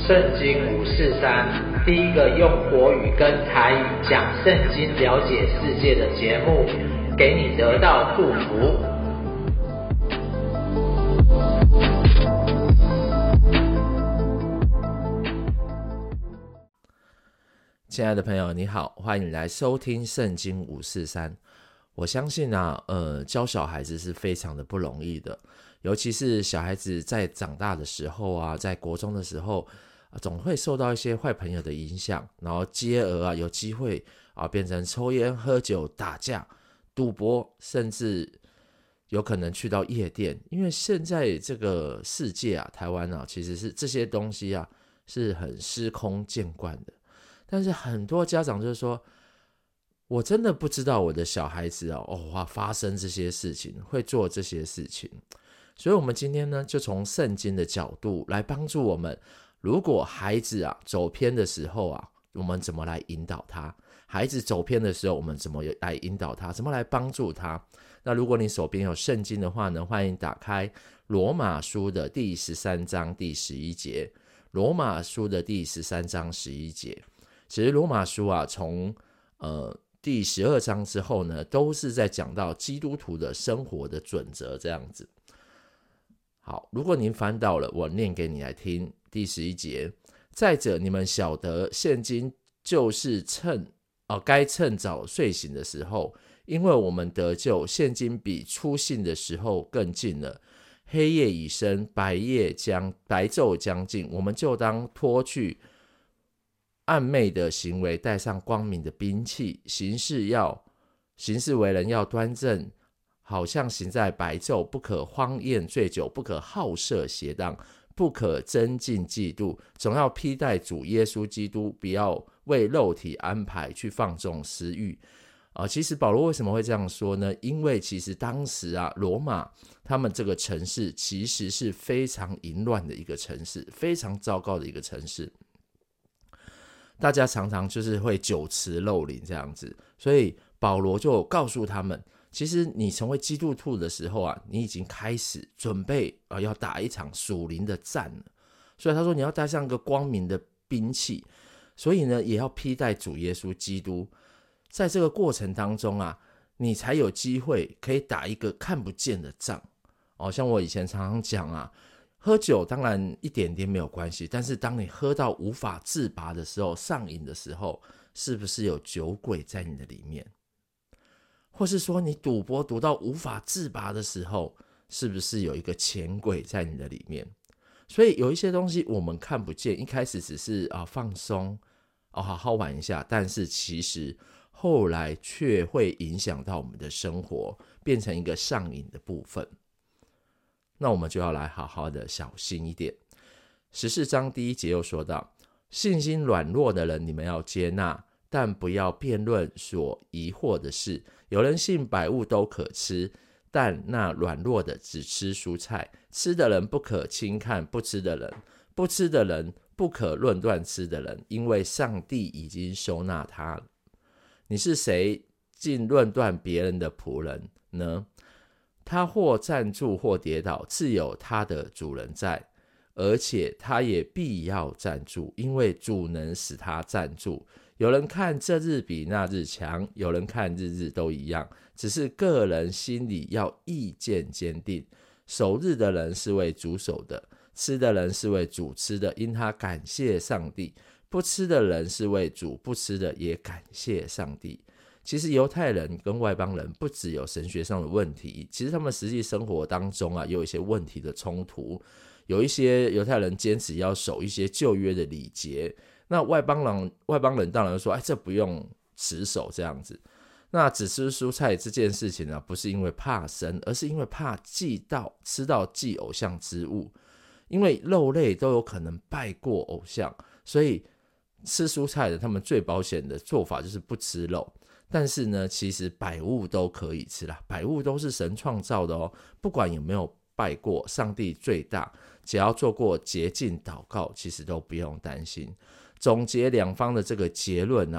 圣经543，第一个用国语跟台语讲圣经、了解世界的节目，给你得到祝福。 亲爱的朋友，你好，欢迎来收听圣经543。我相信教小孩子是非常的不容易的，尤其是小孩子在长大的时候在国中的时候，总会受到一些坏朋友的影响，然后接而有机会变成抽烟、喝酒、打架、赌博，甚至有可能去到夜店。因为现在这个世界台湾其实是这些东西是很司空见惯的。但是很多家长就是说，我真的不知道我的小孩子发生这些事情，会做这些事情。所以我们今天呢，就从圣经的角度来帮助我们，如果孩子走偏的时候我们怎么来引导他？孩子走偏的时候，我们怎么来引导他？怎么来帮助他？那如果你手边有圣经的话呢，欢迎打开罗马书的第13章第11节。罗马书的第13章11节。其实罗马书从第12章之后呢，都是在讲到基督徒的生活的准则这样子。好，如果您翻到了，我念给你来听。第11节，再者你们晓得，现今就是该趁早睡醒的时候，因为我们得救，现今比初信的时候更近了。黑夜已深，白昼将近，我们就当脱去暗昧的行为，带上光明的兵器，行事为人要端正，好像行在白昼，不可荒宴醉酒，不可好色邪荡，不可争竞嫉妒，总要披戴主耶稣基督，不要为肉体安排去放纵私欲。其实保罗为什么会这样说呢？因为其实当时罗马他们这个城市其实是非常淫乱的一个城市，非常糟糕的一个城市。大家常常就是会酒池肉林这样子，所以保罗就告诉他们，其实你成为基督徒的时候你已经开始准备要打一场属灵的战了。所以他说你要带上一个光明的兵器，所以呢也要披戴主耶稣基督。在这个过程当中你才有机会可以打一个看不见的仗。像我以前常常讲喝酒当然一点点没有关系，但是当你喝到无法自拔的时候，上瘾的时候，是不是有酒鬼在你的里面？或是说你赌博赌到无法自拔的时候，是不是有一个钱鬼在你的里面？所以有一些东西我们看不见，一开始只是放松好好玩一下，但是其实后来却会影响到我们的生活，变成一个上瘾的部分。那我们就要来好好的小心一点。14章第1节又说到，信心软弱的人你们要接纳，但不要辩论所疑惑的事。有人信百物都可吃，但那软弱的只吃蔬菜。吃的人不可轻看不吃的人，不吃的人不可论断吃的人，因为上帝已经收纳他了。你是谁竟论断别人的仆人呢？他或站住或跌倒，自有他的主人在，而且他也必要站住，因为主能使他站住。有人看这日比那日强，有人看日日都一样，只是个人心里要意见坚定。守日的人是为主守的，吃的人是为主吃的，因他感谢上帝；不吃的人是为主不吃的，也感谢上帝。其实犹太人跟外邦人不只有神学上的问题，其实他们实际生活当中也有一些问题的冲突。有一些犹太人坚持要守一些旧约的礼节，那外邦人当然说这不用持守这样子。那只吃蔬菜这件事情不是因为怕生，而是因为怕吃到祭偶像之物，因为肉类都有可能拜过偶像，所以吃蔬菜的他们最保险的做法就是不吃肉。但是呢，其实百物都可以吃啦，百物都是神创造的不管有没有拜过，上帝最大，只要做过洁净祷告，其实都不用担心。总结两方的这个结论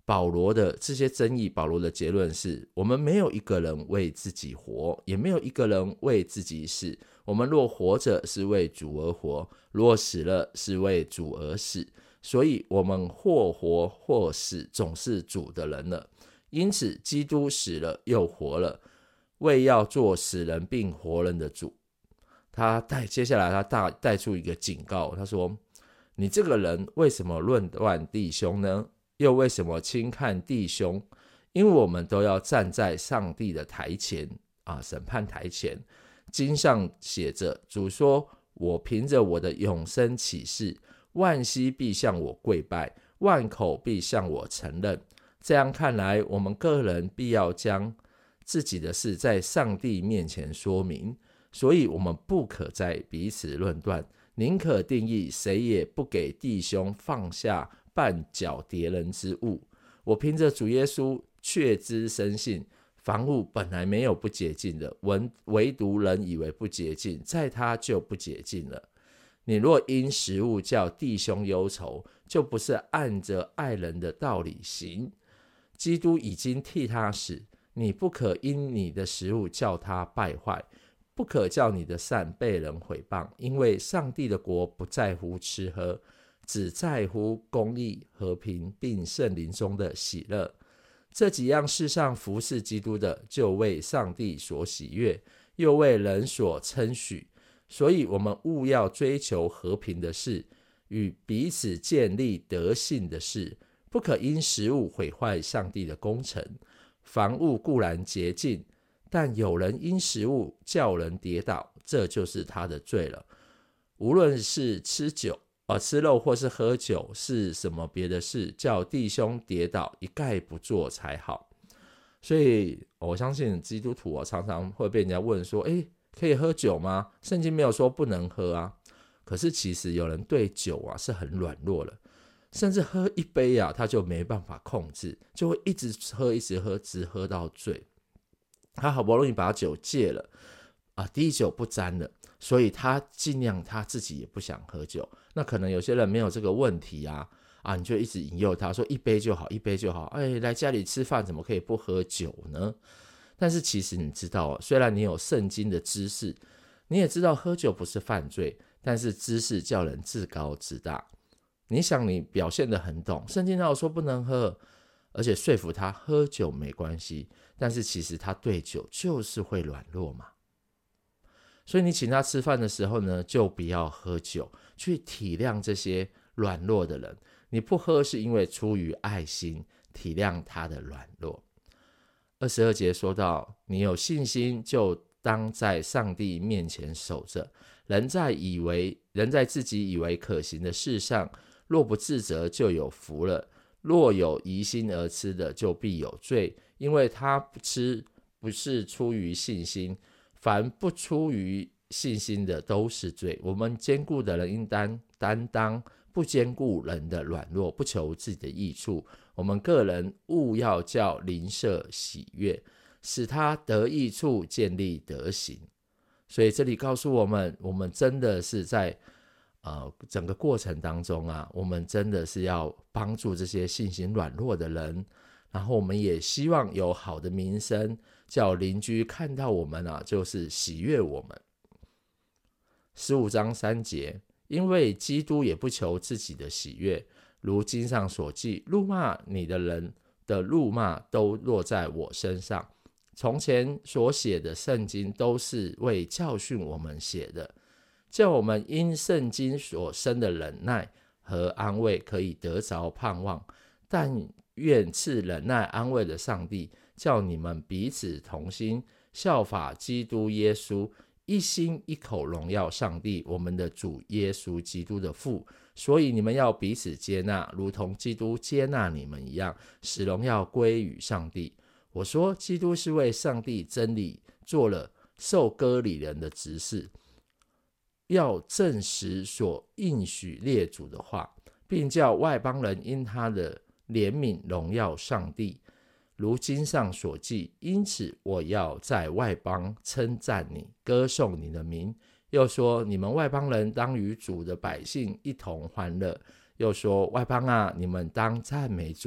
保罗的这些争议，保罗的结论是：我们没有一个人为自己活，也没有一个人为自己死。我们若活着，是为主而活；若死了，是为主而死。所以，我们或活或死，总是主的人了。因此，基督死了又活了，为要做死人并活人的主。接下来他带出一个警告，他说：你这个人为什么论断弟兄呢？又为什么轻看弟兄？因为我们都要站在上帝的台前审判台前。经上写着，主说：我凭着我的永生起誓，万膝必向我跪拜，万口必向我承认。这样看来，我们个人必要将自己的事在上帝面前说明，所以我们不可再彼此论断，宁可定义，谁也不给弟兄放下绊脚跌人之物。我凭着主耶稣确知深信，凡物本来没有不洁净的，唯独人以为不洁净，在他就不洁净了。你若因食物叫弟兄忧愁，就不是按着爱人的道理行。基督已经替他死，你不可因你的食物叫他败坏，不可叫你的善被人毁谤，因为上帝的国不在乎吃喝，只在乎公义、和平，并圣灵中的喜乐。这几样事上服侍基督的，就为上帝所喜悦，又为人所称许。所以我们务要追求和平的事，与彼此建立德性的事，不可因食物毁坏上帝的工程。凡物固然洁净，但有人因食物叫人跌倒，这就是他的罪了。无论是吃肉或是喝酒，是什么别的事，叫弟兄跌倒，一概不做才好。所以我相信基督徒常常会被人家问说，可以喝酒吗？圣经没有说不能喝啊。可是其实有人对酒是很软弱的，甚至喝一杯他就没办法控制，就会一直喝一直喝，直喝到醉。他好不容易把酒戒了滴酒不沾了，所以他尽量他自己也不想喝酒。那可能有些人没有这个问题你就一直引诱他说一杯就好，一杯就好。来家里吃饭怎么可以不喝酒呢？但是其实你知道，虽然你有圣经的知识，你也知道喝酒不是犯罪，但是知识叫人自高自大。你想你表现得很懂，圣经哪有说不能喝，而且说服他喝酒没关系，但是其实他对酒就是会软弱嘛。所以你请他吃饭的时候呢，就不要喝酒，去体谅这些软弱的人。你不喝是因为出于爱心，体谅他的软弱。22节说到，你有信心就当在上帝面前守着，人在自己以为可行的事上，若不自责就有福了。若有疑心而吃的，就必有罪，因为他吃不是出于信心，凡不出于信心的都是罪。我们坚固的人应担当不坚固人的软弱，不求自己的益处。我们个人务要叫邻舍喜悦，使他得益处，建立德行。所以这里告诉我们，我们真的是在整个过程当中我们真的是要帮助这些信心软弱的人，然后我们也希望有好的名声，叫邻居看到我们就是喜悦我们。15章3节，因为基督也不求自己的喜悦，如经上所记，辱骂你的人的辱骂都落在我身上。从前所写的圣经都是为教训我们写的，叫我们因圣经所生的忍耐和安慰可以得着盼望。但愿赐忍耐安慰的上帝，叫你们彼此同心，效法基督耶稣，一心一口荣耀上帝，我们的主耶稣基督的父。所以你们要彼此接纳，如同基督接纳你们一样，使荣耀归于上帝。我说基督是为上帝真理做了受割礼人的执事，要证实所应许列祖的话，并叫外邦人因他的怜悯荣耀上帝，如经上所记，因此我要在外邦称赞你，歌颂你的名。又说你们外邦人当与主的百姓一同欢乐。又说外邦你们当赞美主，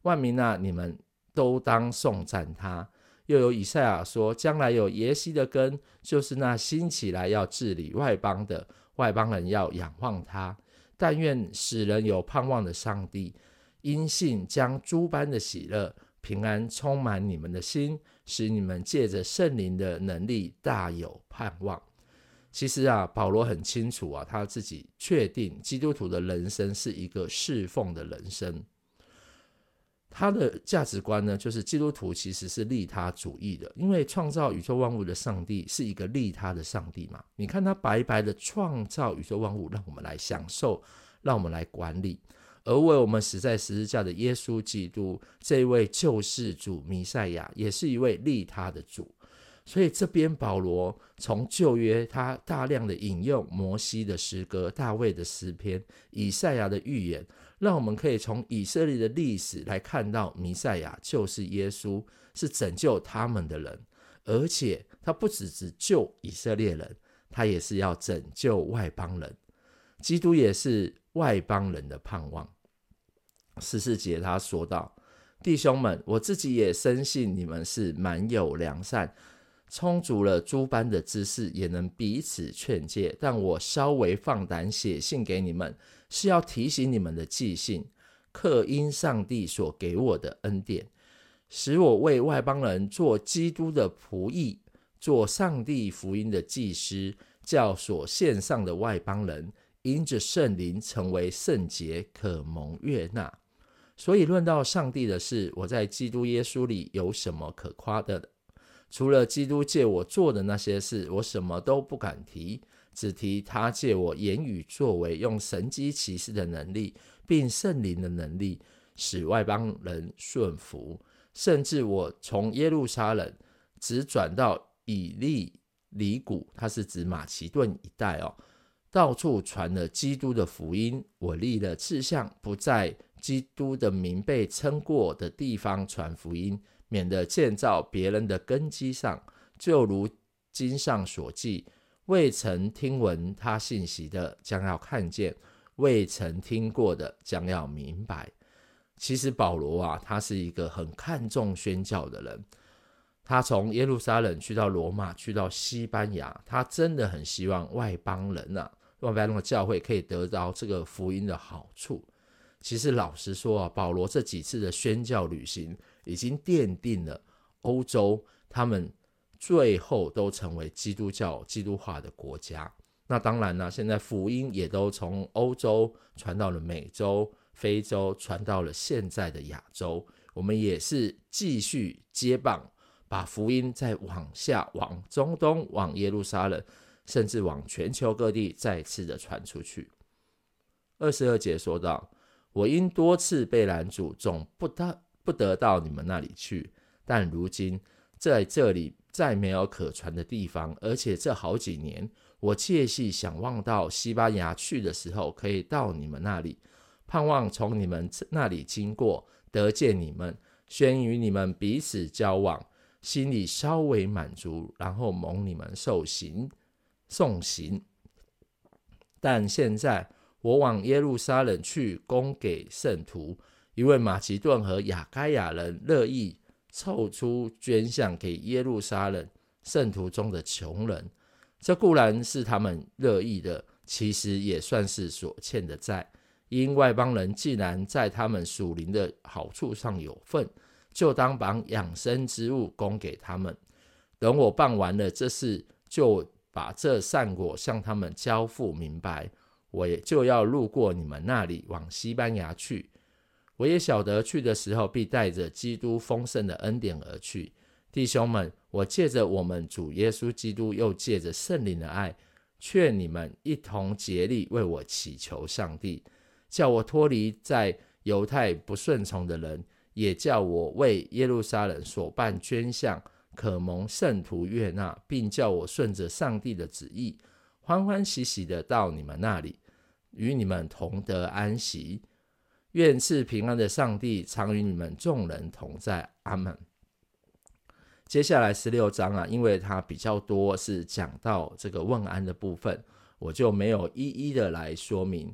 万民啊，你们都当颂赞他。又有以赛亚说，将来有耶西的根，就是那兴起来要治理外邦的，外邦人要仰望他。但愿使人有盼望的上帝，因信将诸般的喜乐平安充满你们的心，使你们借着圣灵的能力大有盼望。其实啊，保罗很清楚啊，他自己确定基督徒的人生是一个侍奉的人生。他的价值观呢，就是基督徒其实是利他主义的，因为创造宇宙万物的上帝是一个利他的上帝嘛。你看他白白的创造宇宙万物，让我们来享受，让我们来管理，而为我们死在十字架的耶稣基督，这一位救世主弥赛亚，也是一位利他的主。所以这边保罗从旧约他大量的引用摩西的诗歌、大卫的诗篇、以赛亚的预言，让我们可以从以色列的历史来看到弥赛亚就是耶稣，是拯救他们的人，而且他不只救以色列人，他也是要拯救外邦人。基督也是外邦人的盼望。14节他说道，弟兄们，我自己也深信你们是满有良善，充足了诸般的知识，也能彼此劝诫。但我稍微放胆写信给你们，是要提醒你们的记性，刻因上帝所给我的恩典，使我为外邦人做基督的仆役，做上帝福音的祭司，叫所献上的外邦人因着圣灵成为圣洁，可蒙悦纳。所以论到上帝的事，我在基督耶稣里有什么可夸的？除了基督借我做的那些事，我什么都不敢提，只提他借我言语作为，用神机奇事的能力，并圣灵的能力，使外邦人顺服。甚至我从耶路撒冷直转到以利里谷，它是指马其顿一带到处传了基督的福音。我立了志向，不在基督的名被称过的地方传福音，免得建造别人的根基上，就如经上所记，未曾听闻他信息的将要看见，未曾听过的将要明白。其实保罗啊，他是一个很看重宣教的人，他从耶路撒冷去到罗马，去到西班牙，他真的很希望外邦人外邦人的教会可以得到这个福音的好处。其实老实说保罗这几次的宣教旅行已经奠定了欧洲他们最后都成为基督教基督化的国家。那当然现在福音也都从欧洲传到了美洲、非洲，传到了现在的亚洲。我们也是继续接棒，把福音再往下，往中东，往耶路撒冷，甚至往全球各地再次的传出去。22节说到，我因多次被拦阻，总不得到你们那里去，但如今在这里再没有可传的地方，而且这好几年，我切系想望到西班牙去的时候，可以到你们那里，盼望从你们那里经过，得见你们，宣与你们彼此交往，心里稍微满足，然后蒙你们送行。但现在我往耶路撒冷去，供给圣徒，因为马其顿和亚该亚人乐意凑出捐项给耶路撒冷圣徒中的穷人。这固然是他们乐意的，其实也算是所欠的债。因外邦人既然在他们属灵的好处上有份，就当把养生之物供给他们。等我办完了这事，就把这善果向他们交付明白，我也就要路过你们那里，往西班牙去。我也晓得去的时候必带着基督丰盛的恩典而去。弟兄们，我借着我们主耶稣基督，又借着圣灵的爱，劝你们一同竭力为我祈求上帝，叫我脱离在犹太不顺从的人，也叫我为耶路撒冷所办捐项可蒙圣徒悦纳，并叫我顺着上帝的旨意，欢欢喜喜的到你们那里，与你们同得安息。愿赐平安的上帝常与你们众人同在。阿们。接下来16章因为它比较多是讲到这个问安的部分，我就没有一一的来说明。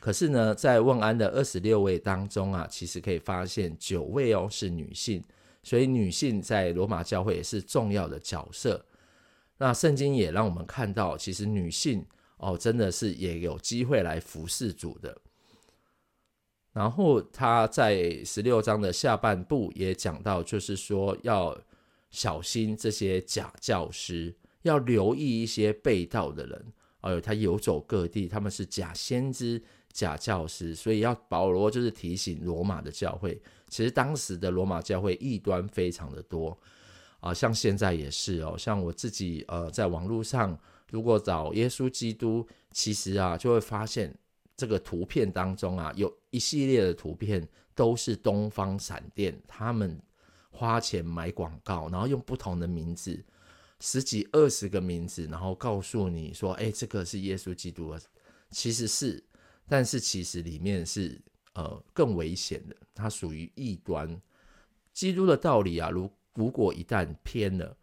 可是呢，在问安的26位当中啊，其实可以发现9位是女性，所以女性在罗马教会也是重要的角色。那圣经也让我们看到，其实女性真的是也有机会来服侍主的。然后他在16章的下半部也讲到，就是说要小心这些假教师，要留意一些背道的人，他游走各地，他们是假先知、假教师，所以保罗就是提醒罗马的教会，其实当时的罗马教会异端非常的多，像现在也是像我自己在网络上如果找耶稣基督，其实就会发现这个图片当中有一系列的图片都是东方闪电，他们花钱买广告，然后用不同的名字10几20个名字，然后告诉你说这个是耶稣基督，其实是，但是其实里面是更危险的，它属于异端。基督的道理如果一旦偏了，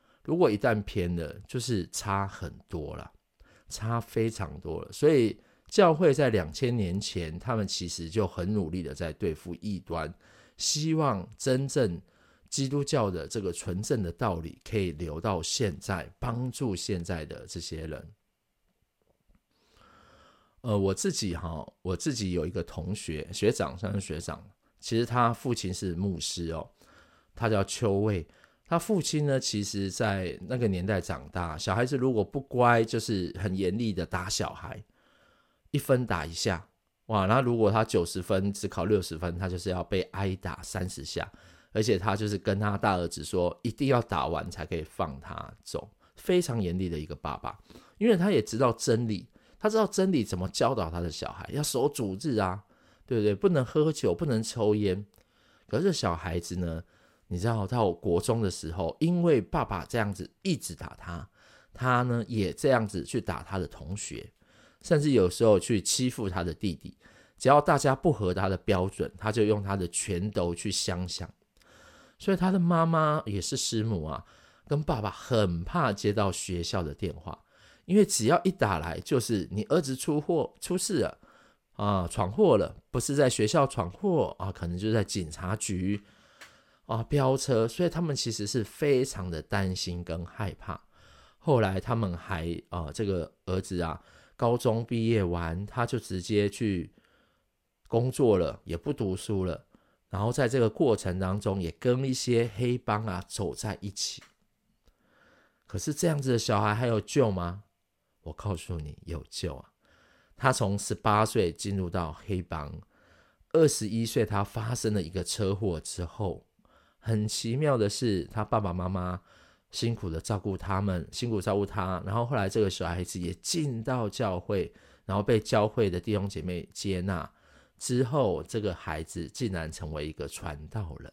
就是差很多了，差非常多了。所以教会在2000年前，他们其实就很努力的在对付异端，希望真正基督教的这个纯正的道理可以留到现在，帮助现在的这些人。我自己有一个同学，学长，其实他父亲是牧师他叫邱卫。他父亲呢，其实在那个年代长大，小孩子如果不乖，就是很严厉的打小孩，1分打1下，哇！那如果他90分只考60分，他就是要被挨打30下，而且他就是跟他大儿子说，一定要打完才可以放他走，非常严厉的一个爸爸。因为他也知道真理，他知道真理怎么教导他的小孩，要守主日对不对？不能喝酒，不能抽烟。可是小孩子呢，你知道到国中的时候，因为爸爸这样子一直打他，他呢也这样子去打他的同学，甚至有时候去欺负他的弟弟，只要大家不合他的标准，他就用他的拳头去相向。所以他的妈妈也是师母跟爸爸很怕接到学校的电话，因为只要一打来就是你儿子出事了闯祸了，不是在学校闯祸可能就在警察局飙车，所以他们其实是非常的担心跟害怕。后来他们还这个儿子高中毕业完，他就直接去工作了，也不读书了，然后在这个过程当中也跟一些黑帮走在一起。可是这样子的小孩还有救吗？我告诉你，有救他从18岁进入到黑帮，21岁他发生了一个车祸之后，很奇妙的是，他爸爸妈妈辛苦照顾他，然后后来这个小孩子也进到教会，然后被教会的弟兄姐妹接纳之后，这个孩子竟然成为一个传道人。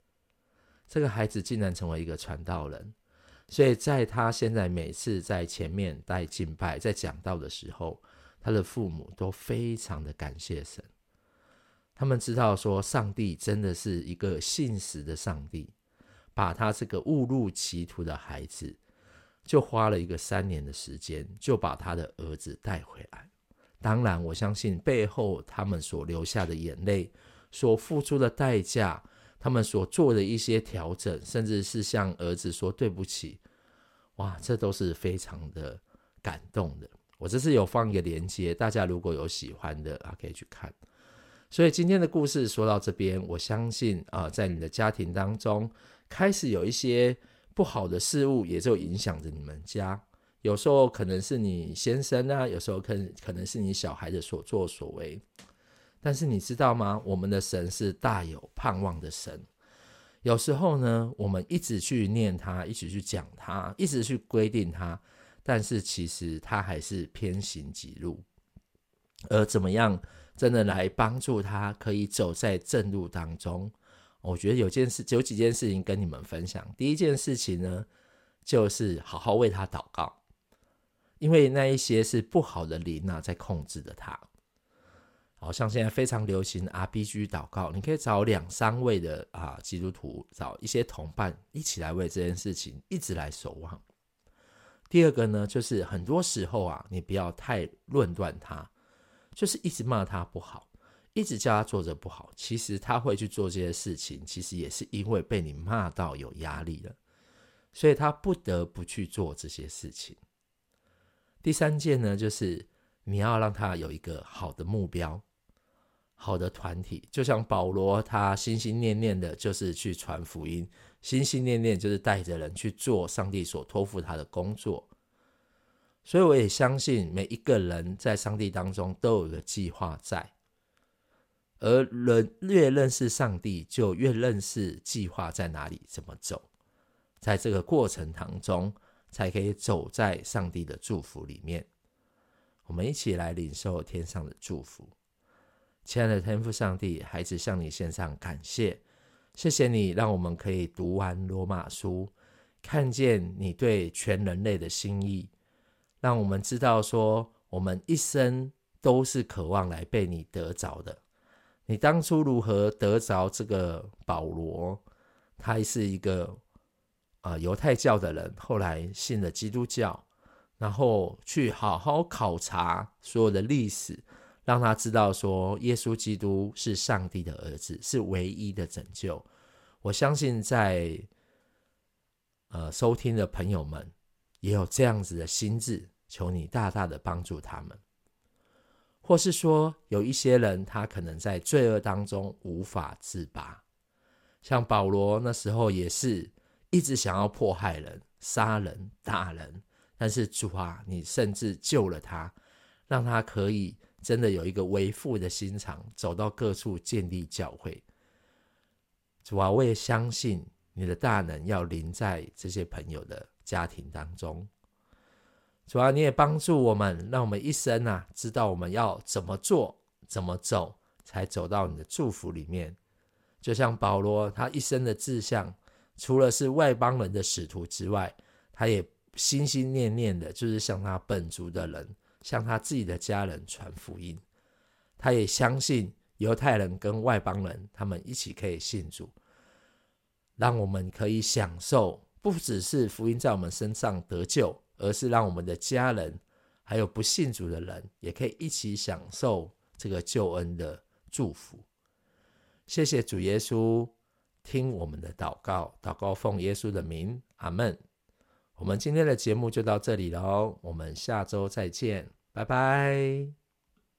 所以在他现在每次在前面带敬拜，在讲道的时候，他的父母都非常的感谢神。他们知道说上帝真的是一个信实的上帝，把他这个误入歧途的孩子，就花了一个3年的时间，就把他的儿子带回来。当然我相信背后他们所流下的眼泪，所付出的代价，他们所做的一些调整，甚至是向儿子说对不起，哇，这都是非常的感动的。我这次有放一个连结，大家如果有喜欢的可以去看。所以今天的故事说到这边，我相信在你的家庭当中开始有一些不好的事物，也就影响着你们家。有时候可能是你先生有时候可能是你小孩的所作所为。但是你知道吗？我们的神是大有盼望的神。有时候呢，我们一直去念他，一直去讲他，一直去规定他，但是其实他还是偏行己路。而怎么样真的来帮助他可以走在正路当中，我觉得有几件事情跟你们分享。第一件事情呢，就是好好为他祷告，因为那一些是不好的灵在控制着他。好像现在非常流行 RPG 祷告，你可以找2-3位的基督徒，找一些同伴一起来为这件事情一直来守望。第二个呢，就是很多时候你不要太论断他， 就是一直骂他不好，一直叫他做着不好。其实他会去做这些事情，其实也是因为被你骂到有压力了，所以他不得不去做这些事情。第三件呢，就是你要让他有一个好的目标，好的团体。就像保罗，他心心念念的就是去传福音，心心念念就是带着人去做上帝所托付他的工作。所以我也相信每一个人在上帝当中都有一个计划在，而人越认识上帝，就越认识计划在哪里，怎么走。在这个过程当中，才可以走在上帝的祝福里面。我们一起来领受天上的祝福。亲爱的天父上帝，孩子向你献上感谢，谢谢你让我们可以读完罗马书，看见你对全人类的心意，让我们知道说我们一生都是渴望来被你得着的。你当初如何得着这个保罗，他是一个犹太教的人，后来信了基督教，然后去好好考察所有的历史，让他知道说耶稣基督是上帝的儿子，是唯一的拯救。我相信在收听的朋友们也有这样子的心志，求你大大的帮助他们。或是说有一些人他可能在罪恶当中无法自拔，像保罗那时候也是一直想要迫害人、杀人、打人，但是主啊，你甚至救了他，让他可以真的有一个为父的心肠，走到各处建立教会。主啊，我也相信你的大能要临在这些朋友的家庭当中。主啊，你也帮助我们，让我们一生知道我们要怎么做、怎么走，才走到你的祝福里面。就像保罗，他一生的志向，除了是外邦人的使徒之外，他也心心念念的就是向他本族的人，向他自己的家人传福音。他也相信犹太人跟外邦人他们一起可以信主，让我们可以享受不只是福音在我们身上得救，而是让我们的家人还有不信主的人也可以一起享受这个救恩的祝福。谢谢主耶稣，听我们的祷告，祷告奉耶稣的名，阿们。我们今天的节目就到这里了，我们下周再见，拜拜。